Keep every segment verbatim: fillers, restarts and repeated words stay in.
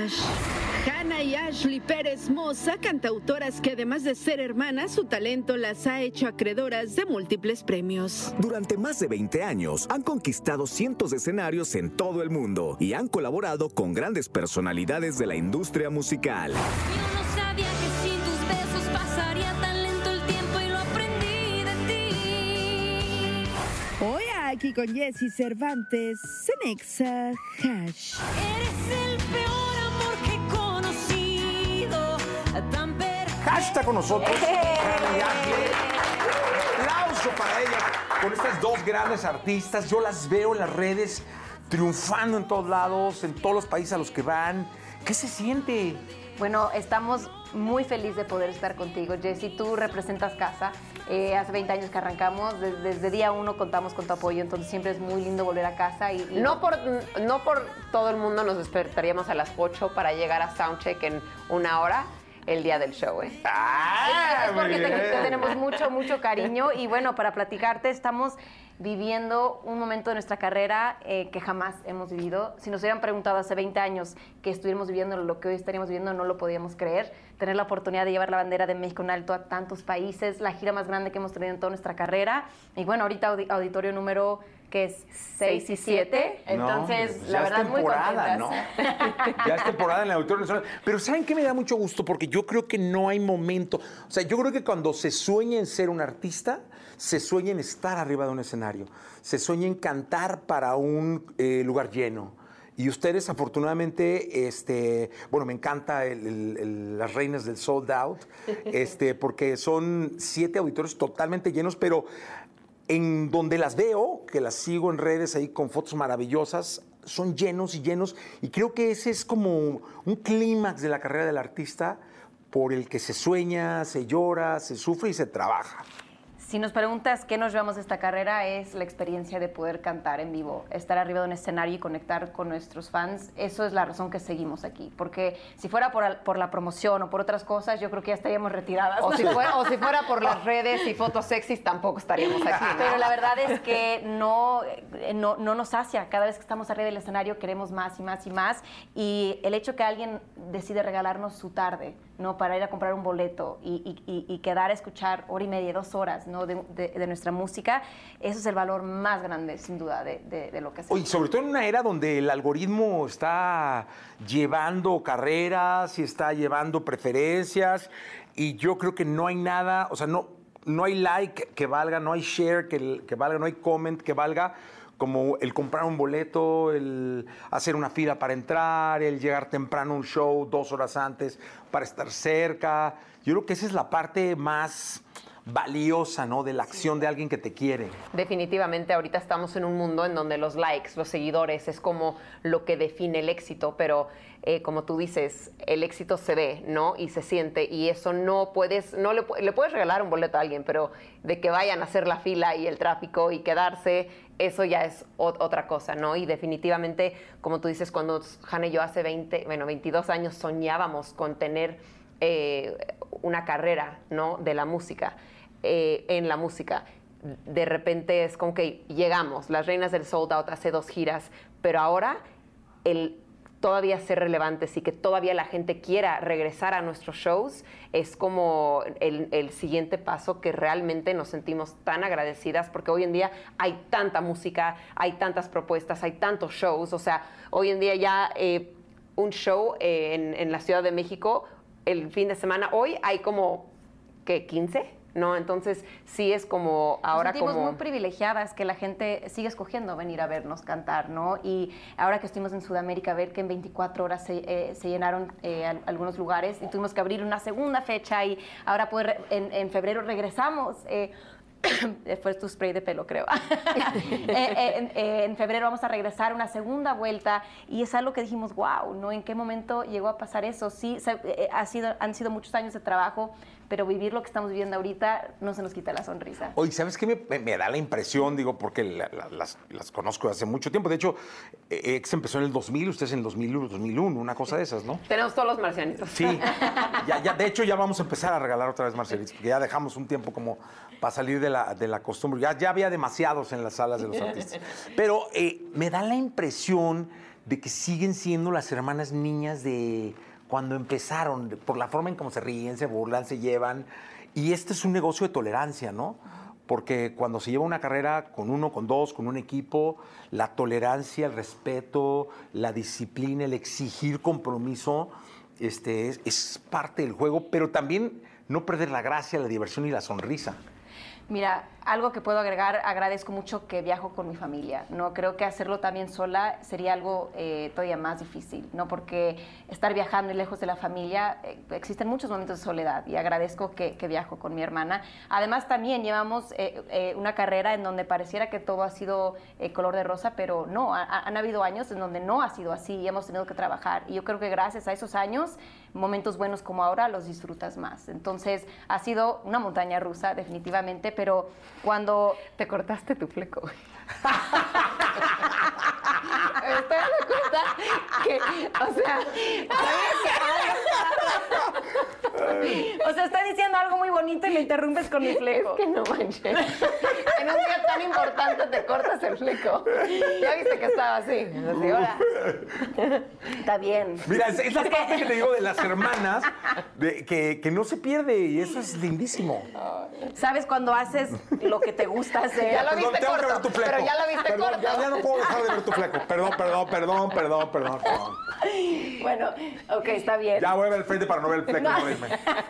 Hash. Hannah y Ashley Pérez Moza, cantautoras que además de ser hermanas, su talento las ha hecho acreedoras de múltiples premios. Durante más de veinte años han conquistado cientos de escenarios en todo el mundo y han colaborado con grandes personalidades de la industria musical. Yo no sabía que sin tus besos pasaría tan lento el tiempo y lo aprendí de ti. Hoy aquí con Jessy Cervantes, en Exa Hash. Eres el peor amor que he conocido, tan perfecto. Hash está con nosotros. Hannah y Ashley. Aplauso para ellas. Con estas dos grandes artistas, yo las veo en las redes triunfando en todos lados, en todos los países a los que van. ¿Qué se siente? Bueno, estamos muy felices de poder estar contigo, Jessy. Tú representas casa. Eh, hace veinte años que arrancamos, desde, desde día uno contamos con tu apoyo, entonces siempre es muy lindo volver a casa. Y, y... No, por, no por todo el mundo nos despertaríamos a las ocho para llegar a Soundcheck en una hora el día del show, ¿eh? ¡Ah! Es porque te, te tenemos mucho, mucho cariño. Y bueno, para platicarte, estamos viviendo un momento de nuestra carrera eh, que jamás hemos vivido. Si nos hubieran preguntado hace veinte años que estuviéramos viviendo lo que hoy estaríamos viviendo, no lo podíamos creer. Tener la oportunidad de llevar la bandera de México en alto a tantos países, la gira más grande que hemos tenido en toda nuestra carrera. Y bueno, ahorita audi auditorio número que es seis y siete. Entonces, no, la verdad, muy contentas. ¿no? Ya es temporada en el Auditorio Nacional. Pero ¿saben qué me da mucho gusto? Porque yo creo que no hay momento. O sea, yo creo que cuando se sueña en ser un artista, se sueña en estar arriba de un escenario. Se sueña en cantar para un eh, lugar lleno. Y ustedes, afortunadamente, este, bueno, me encanta el, el, el, las reinas del sold out, este, porque son siete auditorios totalmente llenos, pero en donde las veo, que las sigo en redes ahí con fotos maravillosas, son llenos y llenos. Y creo que ese es como un clímax de la carrera del artista por el que se sueña, se llora, se sufre y se trabaja. Si nos preguntas qué nos llevamos de esta carrera, es la experiencia de poder cantar en vivo, estar arriba de un escenario y conectar con nuestros fans. Eso es la razón que seguimos aquí, porque si fuera por, por la promoción o por otras cosas, yo creo que ya estaríamos retiradas. O si fuera, o si fuera por las redes y fotos sexys, tampoco estaríamos aquí, ¿no? Pero la verdad es que no, no, no nos sacia. Cada vez que estamos arriba del escenario queremos más y más y más. Y el hecho que alguien decide regalarnos su tarde, ¿no?, para ir a comprar un boleto y, y, y quedar a escuchar hora y media, dos horas, ¿no?, de, de, de nuestra música, eso es el valor más grande, sin duda, de, de, de lo que hacemos. Oye, sobre todo en una era donde el algoritmo está llevando carreras y está llevando preferencias, y yo creo que no hay nada, o sea, no, no hay like que valga, no hay share que, que valga, no hay comment que valga, como el comprar un boleto, el hacer una fila para entrar, el llegar temprano a un show dos horas antes para estar cerca. Yo creo que esa es la parte más valiosa, ¿no?, de la acción de alguien que te quiere. Definitivamente, ahorita estamos en un mundo en donde los likes, los seguidores, es como lo que define el éxito, pero eh, como tú dices, el éxito se ve, ¿no?, y se siente, y eso no puedes, no le, le puedes regalar un boleto a alguien, pero de que vayan a hacer la fila y el tráfico y quedarse, eso ya es o, otra cosa, ¿no? Y definitivamente, como tú dices, cuando Hannah y yo hace veinte, bueno, veintidós años soñábamos con tener eh, una carrera, ¿no?, de la música. Eh, en la música, de repente es como que llegamos, las reinas del sold out hace dos giras, pero ahora el todavía ser relevantes y que todavía la gente quiera regresar a nuestros shows es como el, el siguiente paso, que realmente nos sentimos tan agradecidas, porque hoy en día hay tanta música, hay tantas propuestas, hay tantos shows. O sea, hoy en día ya eh, un show eh, en, en la Ciudad de México el fin de semana, hoy hay como, ¿qué? quince, ¿no? Entonces, sí es como ahora Nos sentimos como... muy privilegiadas que la gente sigue escogiendo venir a vernos cantar, ¿no? Y ahora que estuvimos en Sudamérica, ver que en veinticuatro horas se, eh, se llenaron eh, al, algunos lugares y tuvimos que abrir una segunda fecha, y ahora poder, en, en febrero regresamos. Eh, fue tu spray de pelo, creo. eh, eh, en, eh, en febrero vamos a regresar una segunda vuelta, y es algo que dijimos, wow, ¿no? ¿En qué momento llegó a pasar eso? Sí, se, eh, ha sido, han sido muchos años de trabajo, pero vivir lo que estamos viviendo ahorita no se nos quita la sonrisa. Oye, ¿sabes qué me, me, me da la impresión? Digo, porque la, la, las, las conozco hace mucho tiempo. De hecho, Ex empezó en el dos mil, ustedes en el dos mil uno, dos mil uno, una cosa de esas, ¿no? Tenemos todos los marcianitos. Sí, ya, ya, de hecho ya vamos a empezar a regalar otra vez marcianitos, porque ya dejamos un tiempo como para salir de la, de la costumbre. Ya, ya había demasiados en las salas de los artistas. Pero eh, me da la impresión de que siguen siendo las hermanas niñas de cuando empezaron, de- por la forma en cómo se ríen, se burlan, se llevan. Y este es un negocio de tolerancia, ¿no? Porque cuando se lleva una carrera con uno, con dos, con un equipo, la tolerancia, el respeto, la disciplina, el exigir compromiso, este, es, es parte del juego, pero también no perder la gracia, la diversión y la sonrisa. Mira, algo que puedo agregar, agradezco mucho que viajo con mi familia, ¿no? Creo que hacerlo también sola sería algo eh, todavía más difícil, ¿no? Porque estar viajando y lejos de la familia, eh, existen muchos momentos de soledad y agradezco que, que viajo con mi hermana. Además, también llevamos eh, eh, una carrera en donde pareciera que todo ha sido eh, color de rosa, pero no, ha- ha- han habido años en donde no ha sido así y hemos tenido que trabajar. Y yo creo que gracias a esos años, momentos buenos como ahora los disfrutas más. Entonces, ha sido una montaña rusa, definitivamente, pero cuando... Te cortaste tu fleco. Me estoy dando cuenta que, o sea, O sea, está diciendo algo muy bonito y me interrumpes con mi fleco. es que no manches. En un día tan importante te cortas el fleco. Ya viste que estaba así. Así, ahora. Está bien. Mira, es, es la parte que te digo de las hermanas, de, que, que no se pierde y eso es lindísimo. ¿Sabes cuando haces lo que te gusta hacer? Ya lo Perdón, viste tengo que corto, ver tu fleco. pero ya lo viste Perdón, corto. Ya, ya no puedo dejar de ver tu fleco. Perdón, perdón, perdón, perdón, perdón, perdón. Bueno, ok, está bien. Ya voy a ver el frente para no ver el fleco. No. reírme.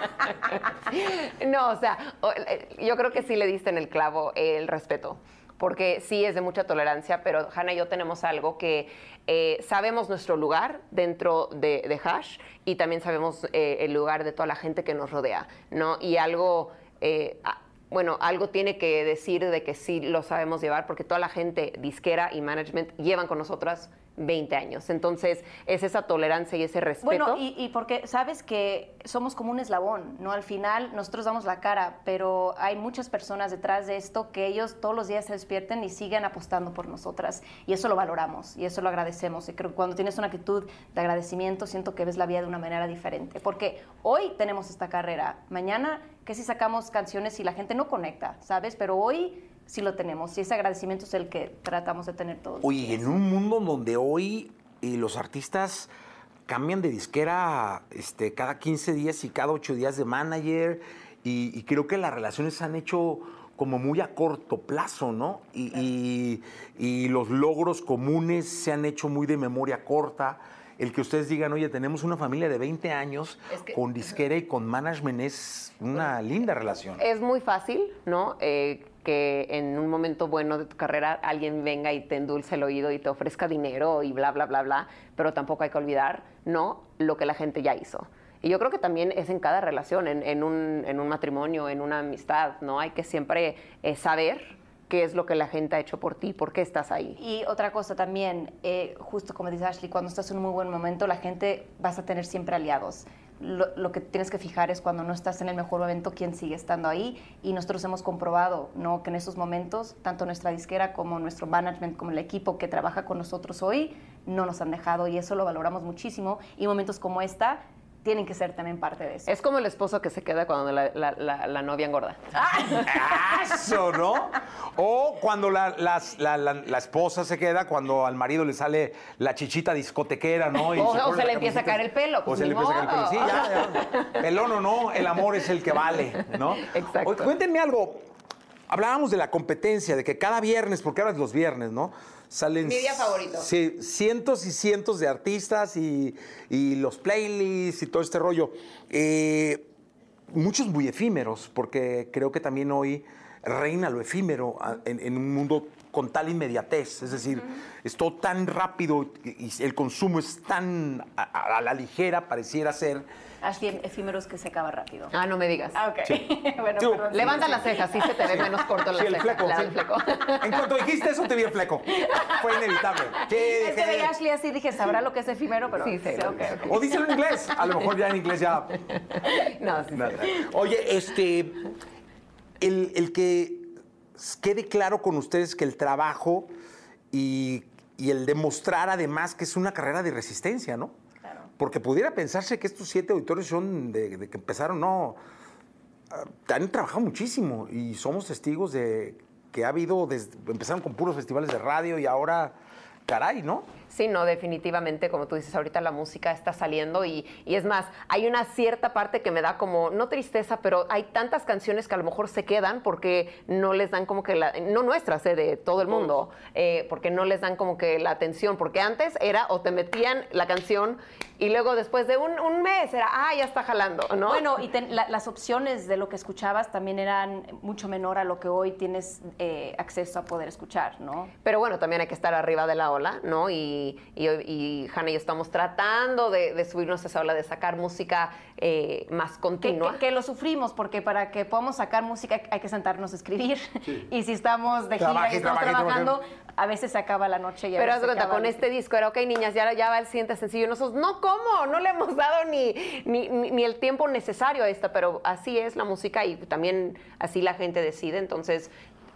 No, o sea, o- eh, yo creo que sí le diste en el clavo el respeto, porque sí es de mucha tolerancia, pero Hannah y yo tenemos algo que eh, sabemos nuestro lugar dentro de, de Hash y también sabemos eh, el lugar de toda la gente que nos rodea, ¿no? Y algo... eh, a- bueno, algo tiene que decir de que sí lo sabemos llevar, porque toda la gente disquera y management llevan con nosotras veinte años. Entonces, es esa tolerancia y ese respeto. Bueno, y, y porque sabes que somos como un eslabón, ¿no? Al final nosotros damos la cara, pero hay muchas personas detrás de esto que ellos todos los días se despierten y siguen apostando por nosotras. Y eso lo valoramos y eso lo agradecemos. Y creo que cuando tienes una actitud de agradecimiento, siento que ves la vida de una manera diferente. Porque hoy tenemos esta carrera, mañana que si sacamos canciones y la gente no conecta, ¿sabes? Pero hoy sí lo tenemos y ese agradecimiento es el que tratamos de tener todos. los Oye, días. en un mundo donde hoy eh, los artistas cambian de disquera este, cada quince días y cada ocho días de manager y, y creo que las relaciones se han hecho como muy a corto plazo, ¿no? Y, y- y los logros comunes se han hecho muy de memoria corta. El que ustedes digan, oye, tenemos una familia de veinte años Es que- con disquera y con management es una linda relación. Es muy fácil, ¿no? Eh, que en un momento bueno de tu carrera alguien venga y te endulce el oído y te ofrezca dinero y bla, bla, bla, bla, pero tampoco hay que olvidar, ¿no? Lo que la gente ya hizo. Y yo creo que también es en cada relación, en, en un, en un matrimonio, en una amistad, ¿no? Hay que siempre eh, saber qué es lo que la gente ha hecho por ti, por qué estás ahí. Y otra cosa también, eh, justo como dice Ashley, cuando estás en un muy buen momento, la gente vas a tener siempre aliados. Lo, lo que tienes que fijar es cuando no estás en el mejor momento, quién sigue estando ahí. Y nosotros hemos comprobado, ¿no?, que en esos momentos, tanto nuestra disquera como nuestro management, como el equipo que trabaja con nosotros hoy, no nos han dejado y eso lo valoramos muchísimo. Y momentos como esta tienen que ser también parte de eso. Es como el esposo que se queda cuando la, la- la- la novia engorda. Eso, ¿no? O cuando la, las- la- la- la esposa se queda, cuando al marido le sale la chichita discotequera, ¿no? Y O- o pone se la le empieza a camiseta. caer el pelo, O pues, se le ni empieza a caer el pelo. modo. Sí, ya, ya. Pelón o no, el amor es el que vale, ¿no? Exacto. Oye, cuéntenme algo. Hablábamos de la competencia, de que cada viernes, porque ahora es los viernes, ¿no? Salen... Mi día favorito. Sí, cientos y cientos de artistas y, y los playlists y todo este rollo. Eh, muchos muy efímeros, porque creo que también hoy reina lo efímero a- en, en un mundo con tal inmediatez. Es decir, es todo tan rápido y, y el consumo es tan a, a- a la ligera, pareciera ser. Ashley, efímeros que se acaba rápido. Ah, no me digas. Ah, ok. bueno, Sí. perdón. Levanta las cejas, sí se te ve menos corto la Sí, el ceja. fleco. la sí. del fleco. En cuanto dijiste eso, te vi el fleco. Fue inevitable. Sí, Es que dije- veía a Ashley así, dije, sabrá lo que es efímero, pero Sí, sí, ok, ok. O díselo en inglés. A lo mejor ya en inglés ya. No, sí, Nada. sí. Oye, este, el, el que quede claro con ustedes que el trabajo y, y el demostrar además que es una carrera de resistencia, ¿no? Claro. Porque pudiera pensarse que estos siete auditorios son de, de que empezaron, no, ah, han trabajado muchísimo y somos testigos de que ha habido, desde, empezaron con puros festivales de radio y ahora, caray, ¿no? Sí, no, definitivamente, como tú dices, ahorita la música está saliendo y, y es más, hay una cierta parte que me da como, no tristeza, pero hay tantas canciones que a lo mejor se quedan porque no les dan como que la, no nuestras, eh, de todo el mundo, eh, porque no les dan como que la atención, porque antes era o te metían la canción y luego después de un, un mes era, ah, ya está jalando, ¿no? Bueno, y ten, la, las opciones de lo que escuchabas también eran mucho menor a lo que hoy tienes eh, acceso a poder escuchar, ¿no? Pero bueno, también hay que estar arriba de la ola, ¿no? Y, y, y Hanna y yo estamos tratando de, de subirnos a esa ola, de sacar música eh, más continua. Que, que, que lo sufrimos, porque para que podamos sacar música hay que sentarnos a escribir. Sí. Y si estamos de gira Trabaje, y estamos trabaje, trabajando, a veces se acaba la noche. Y a Pero haz veces de cuenta, se acaba con el- este disco era, ok, niñas, ya, ya va el siguiente sencillo. Y nosotros, no, ¿cómo? No le hemos dado ni, ni, ni, ni el tiempo necesario a esta, pero así es la música y también así la gente decide. Entonces,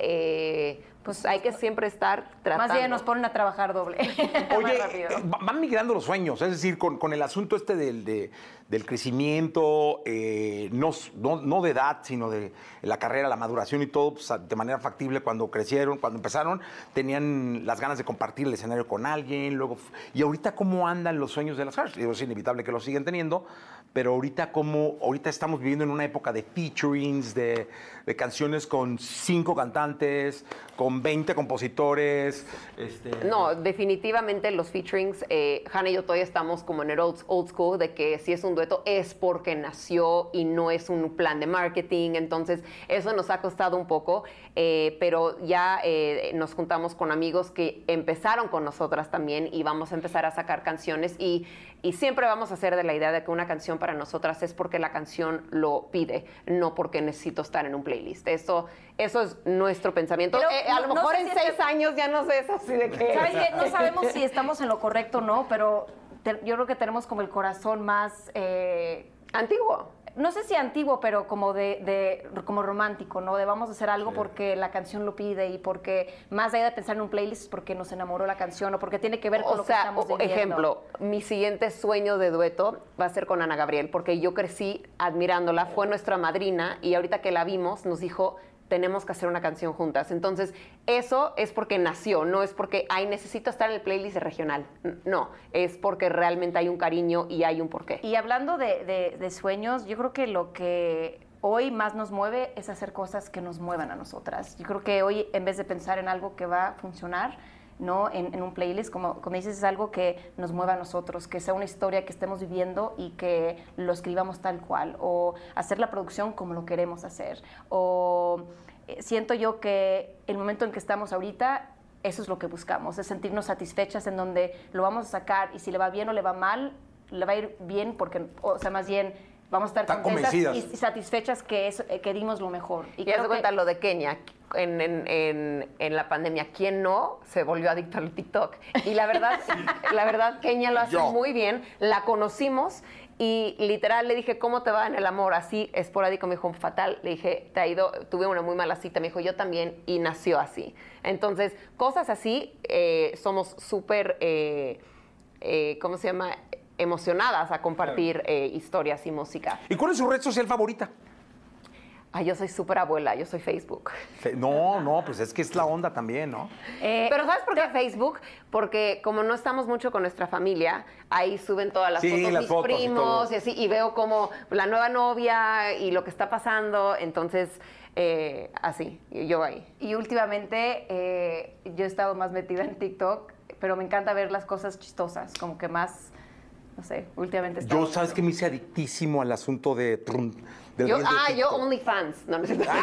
eh, pues hay que siempre estar tratando. Más bien nos ponen a trabajar doble. Oye, Más rápido. eh, va- van migrando los sueños, es decir, con, con el asunto este del, de- del crecimiento, eh, no, s- no, no de edad, sino de la carrera, la maduración y todo, pues, a- de manera factible cuando crecieron, cuando empezaron, tenían las ganas de compartir el escenario con alguien, luego, f- y ahorita cómo andan los sueños de las stars. Digo, es inevitable que lo siguen teniendo, pero ahorita cómo, ahorita estamos viviendo en una época de featurings, de, de canciones con cinco cantantes, con veinte compositores. Este... No, definitivamente los featurings, eh, Hanna y yo todavía estamos como en el old, old school de que si es un dueto es porque nació y no es un plan de marketing, entonces eso nos ha costado un poco, eh, pero ya eh, nos juntamos con amigos que empezaron con nosotras también y vamos a empezar a sacar canciones y, y siempre vamos a hacer de la idea de que una canción para nosotras es porque la canción lo pide, no porque necesito estar en un playlist. Eso, eso es nuestro pensamiento. Pero Eh, a lo no- no mejor sé en si seis este- años ya no sé eso así de que... ¿Sabes qué? No sabemos si estamos en lo correcto o no, pero te- yo creo que tenemos como el corazón más... eh, Antiguo. no sé si antiguo, pero como de, de- como romántico, ¿no? De vamos a hacer algo porque la canción lo pide y porque más allá de pensar en un playlist es porque nos enamoró la canción o porque tiene que ver con O lo que sea, estamos o- viviendo. ejemplo, mi siguiente sueño de dueto va a ser con Ana Gabriel, porque yo crecí admirándola, fue nuestra madrina y ahorita que la vimos nos dijo, tenemos que hacer una canción juntas. Entonces, eso es porque nació, no es porque, ay, necesito estar en el playlist regional. N- No, es porque realmente hay un cariño y hay un porqué. Y hablando de, de- de sueños, yo creo que lo que hoy más nos mueve es hacer cosas que nos muevan a nosotras. Yo creo que hoy, en vez de pensar en algo que va a funcionar, ¿no? En, en un playlist, como, como dices, es algo que nos mueva a nosotros, que sea una historia que estemos viviendo y que lo escribamos tal cual, o hacer la producción como lo queremos hacer, o eh, siento yo que el momento en que estamos ahorita, eso es lo que buscamos, es sentirnos satisfechas en donde lo vamos a sacar y si le va bien o le va mal, le va a ir bien porque, o sea, más bien vamos a estar Están contentas y, convencidas. y satisfechas que, eso, eh, que dimos lo mejor. Y creo haz de que- cuenta lo de Kenia, en, en, en, en la pandemia, ¿quién no se volvió adicto al TikTok? Y la verdad, la verdad, Kenia lo hace Yo. muy bien, la conocimos y literal le dije, ¿cómo te va en el amor? Así, esporádico, me dijo, fatal. Le dije, te ha ido, tuve una muy mala cita, me dijo, yo también, y nació así. Entonces, cosas así, eh, somos súper, eh, eh, ¿cómo se llama? Emocionadas a compartir eh, historias y música. ¿Y cuál es su red social favorita? Ay, yo soy súper abuela, yo soy Facebook. Fe- No, no, pues es que es la onda también, ¿no? Eh, Pero ¿sabes por qué Facebook? Porque como no estamos mucho con nuestra familia, ahí suben todas las Sí, fotos las mis fotos y primos todo. y, así, y veo como la nueva novia y lo que está pasando, entonces eh, así, y yo ahí. Y últimamente eh, yo he estado más metida en TikTok, pero me encanta ver las cosas chistosas, como que más, no sé, últimamente he estado Yo, ¿sabes mucho. que me hice adictísimo al asunto de... trun- del Yo, reel de ah, yo TikTok? OnlyFans. No, no es cierto.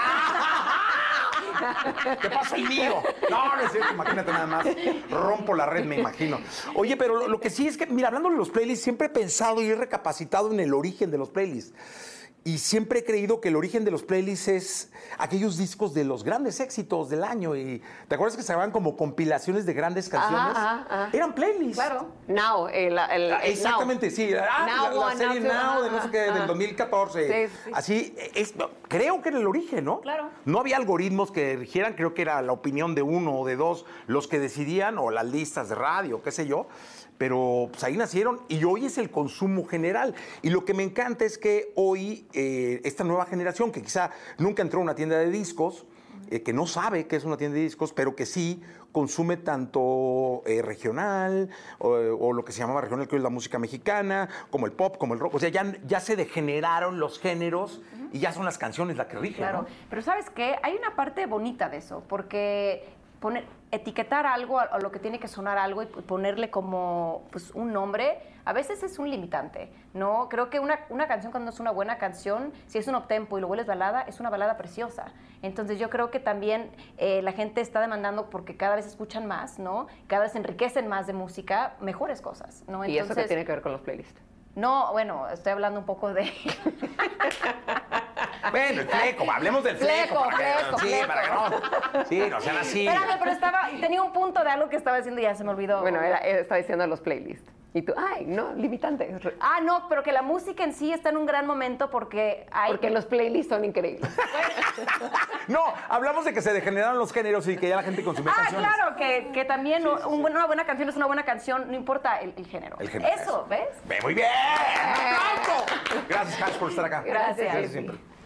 ¿Qué pasa el mío? No, no es cierto, imagínate nada más. Rompo la red, me imagino. Oye, pero lo, lo que sí es que, mira, hablando de los playlists, siempre he pensado y he recapacitado en el origen de los playlists. Y siempre he creído que el origen de los playlists es aquellos discos de los grandes éxitos del año. Y ¿te acuerdas que se grababan como compilaciones de grandes canciones? ajá, ajá. Eran playlists. Claro. Now, el, el, Ah, el Exactamente, Now. sí. Ah, Now la, la one, serie now two, Now de no ajá, sé qué, ajá. del dos mil catorce. Sí, sí. Así, es, creo que era el origen, ¿no? Claro. No había algoritmos que rigieran, creo que era la opinión de uno o de dos los que decidían, o las listas de radio, qué sé yo. Pero pues, ahí nacieron y hoy es el consumo general. Y lo que me encanta es que hoy eh, esta nueva generación, que quizá nunca entró a una tienda de discos, eh, que no sabe que es una tienda de discos, pero que sí consume tanto eh, regional o, o lo que se llamaba regional, que es la música mexicana, como el pop, como el rock. O sea, ya, ya se degeneraron los géneros uh-huh. y ya son las canciones las que rigen. Claro, ¿no? pero ¿sabes qué? Hay una parte bonita de eso, porque poner, etiquetar algo a, a lo que tiene que sonar algo y ponerle como pues, un nombre, a veces es un limitante, ¿no? Creo que una, una canción, cuando es una buena canción, si es un uptempo y lo vuelves balada, es una balada preciosa. Entonces yo creo que también eh, la gente está demandando, porque cada vez escuchan más, ¿no? Cada vez enriquecen más de música, mejores cosas, ¿no? ¿Y Entonces, eso qué tiene que ver con los playlists? No, bueno, estoy hablando un poco de... Bueno, el fleco, hablemos del fleco. Fleco, para que- fleco, sí, fleco. para que no. Sí, no sean así. Espérame, pero estaba, tenía un punto de algo que estaba diciendo y ya se me olvidó. Bueno, era, estaba diciendo los playlists. Y tú, ay, no, limitante. Ah, no, pero que la música en sí está en un gran momento porque hay... Porque los playlists son increíbles. No, hablamos de que se degeneraron los géneros y que ya la gente consume Ah, canciones. claro, que, que también Sí, sí, un- sí. una buena canción es una buena canción, no importa el, el género. El género, Eso, ¿ves? Ve, muy bien. ¡Aplauso! Gracias, Cash, por estar acá. Gracias. Gracias siempre.